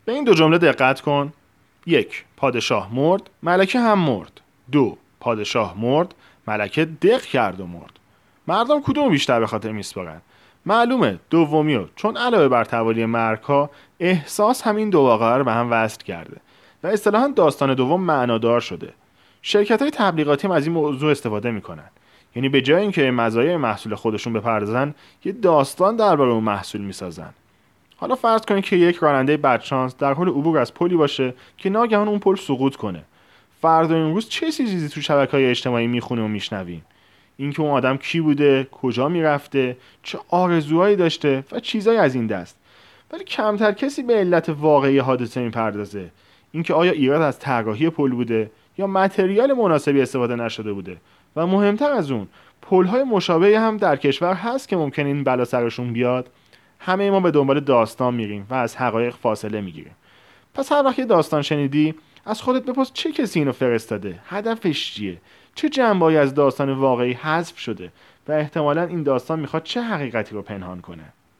به این دو جمله دقت کن. 1. پادشاه مرد، ملکه هم مرد. 2. پادشاه مرد، ملکه دق کرد و مرد. مردم کدوم بیشتر به خاطر میسپارن؟ معلومه دومیو، چون علاوه بر توالی مرگ‌ها، احساس همین دو واقعه رو به هم وصل کرده و اصطلاحاً داستان دوم معنادار شده. شرکت‌های تبلیغاتی هم از این موضوع استفاده میکنن. یعنی به جای اینکه مزایای محصول خودشون بپردازن، یه داستان درباره اون محصول میسازن. حالا فرض کنید که یک راننده بدشانس در حال عبور از پلی باشه که ناگهان اون پل سقوط کنه. فردا امروز چه چیزی تو شبکه‌های اجتماعی میخونه و میشنویم؟ اینکه اون آدم کی بوده، کجا میرفته، چه آرزوهایی داشته و چیزایی از این دست. ولی کمتر کسی به علت واقعی حادثه میپردازه. اینکه آیا ایراد از طراحی پل بوده یا متریال مناسبی استفاده نشده بوده. و مهمتر از اون، پل‌های مشابهی هم در کشور هست که ممکن این بلا سرشون بیاد. همه ما به دنبال داستان میریم و از حقایق فاصله میگیریم. پس هر وقت یه داستان شنیدی، از خودت بپرس چه کسی اینو فرستاده، هدفش چیه، چه جنبه‌ای از داستان واقعی حذف شده و احتمالاً این داستان میخواد چه حقیقتی رو پنهان کنه.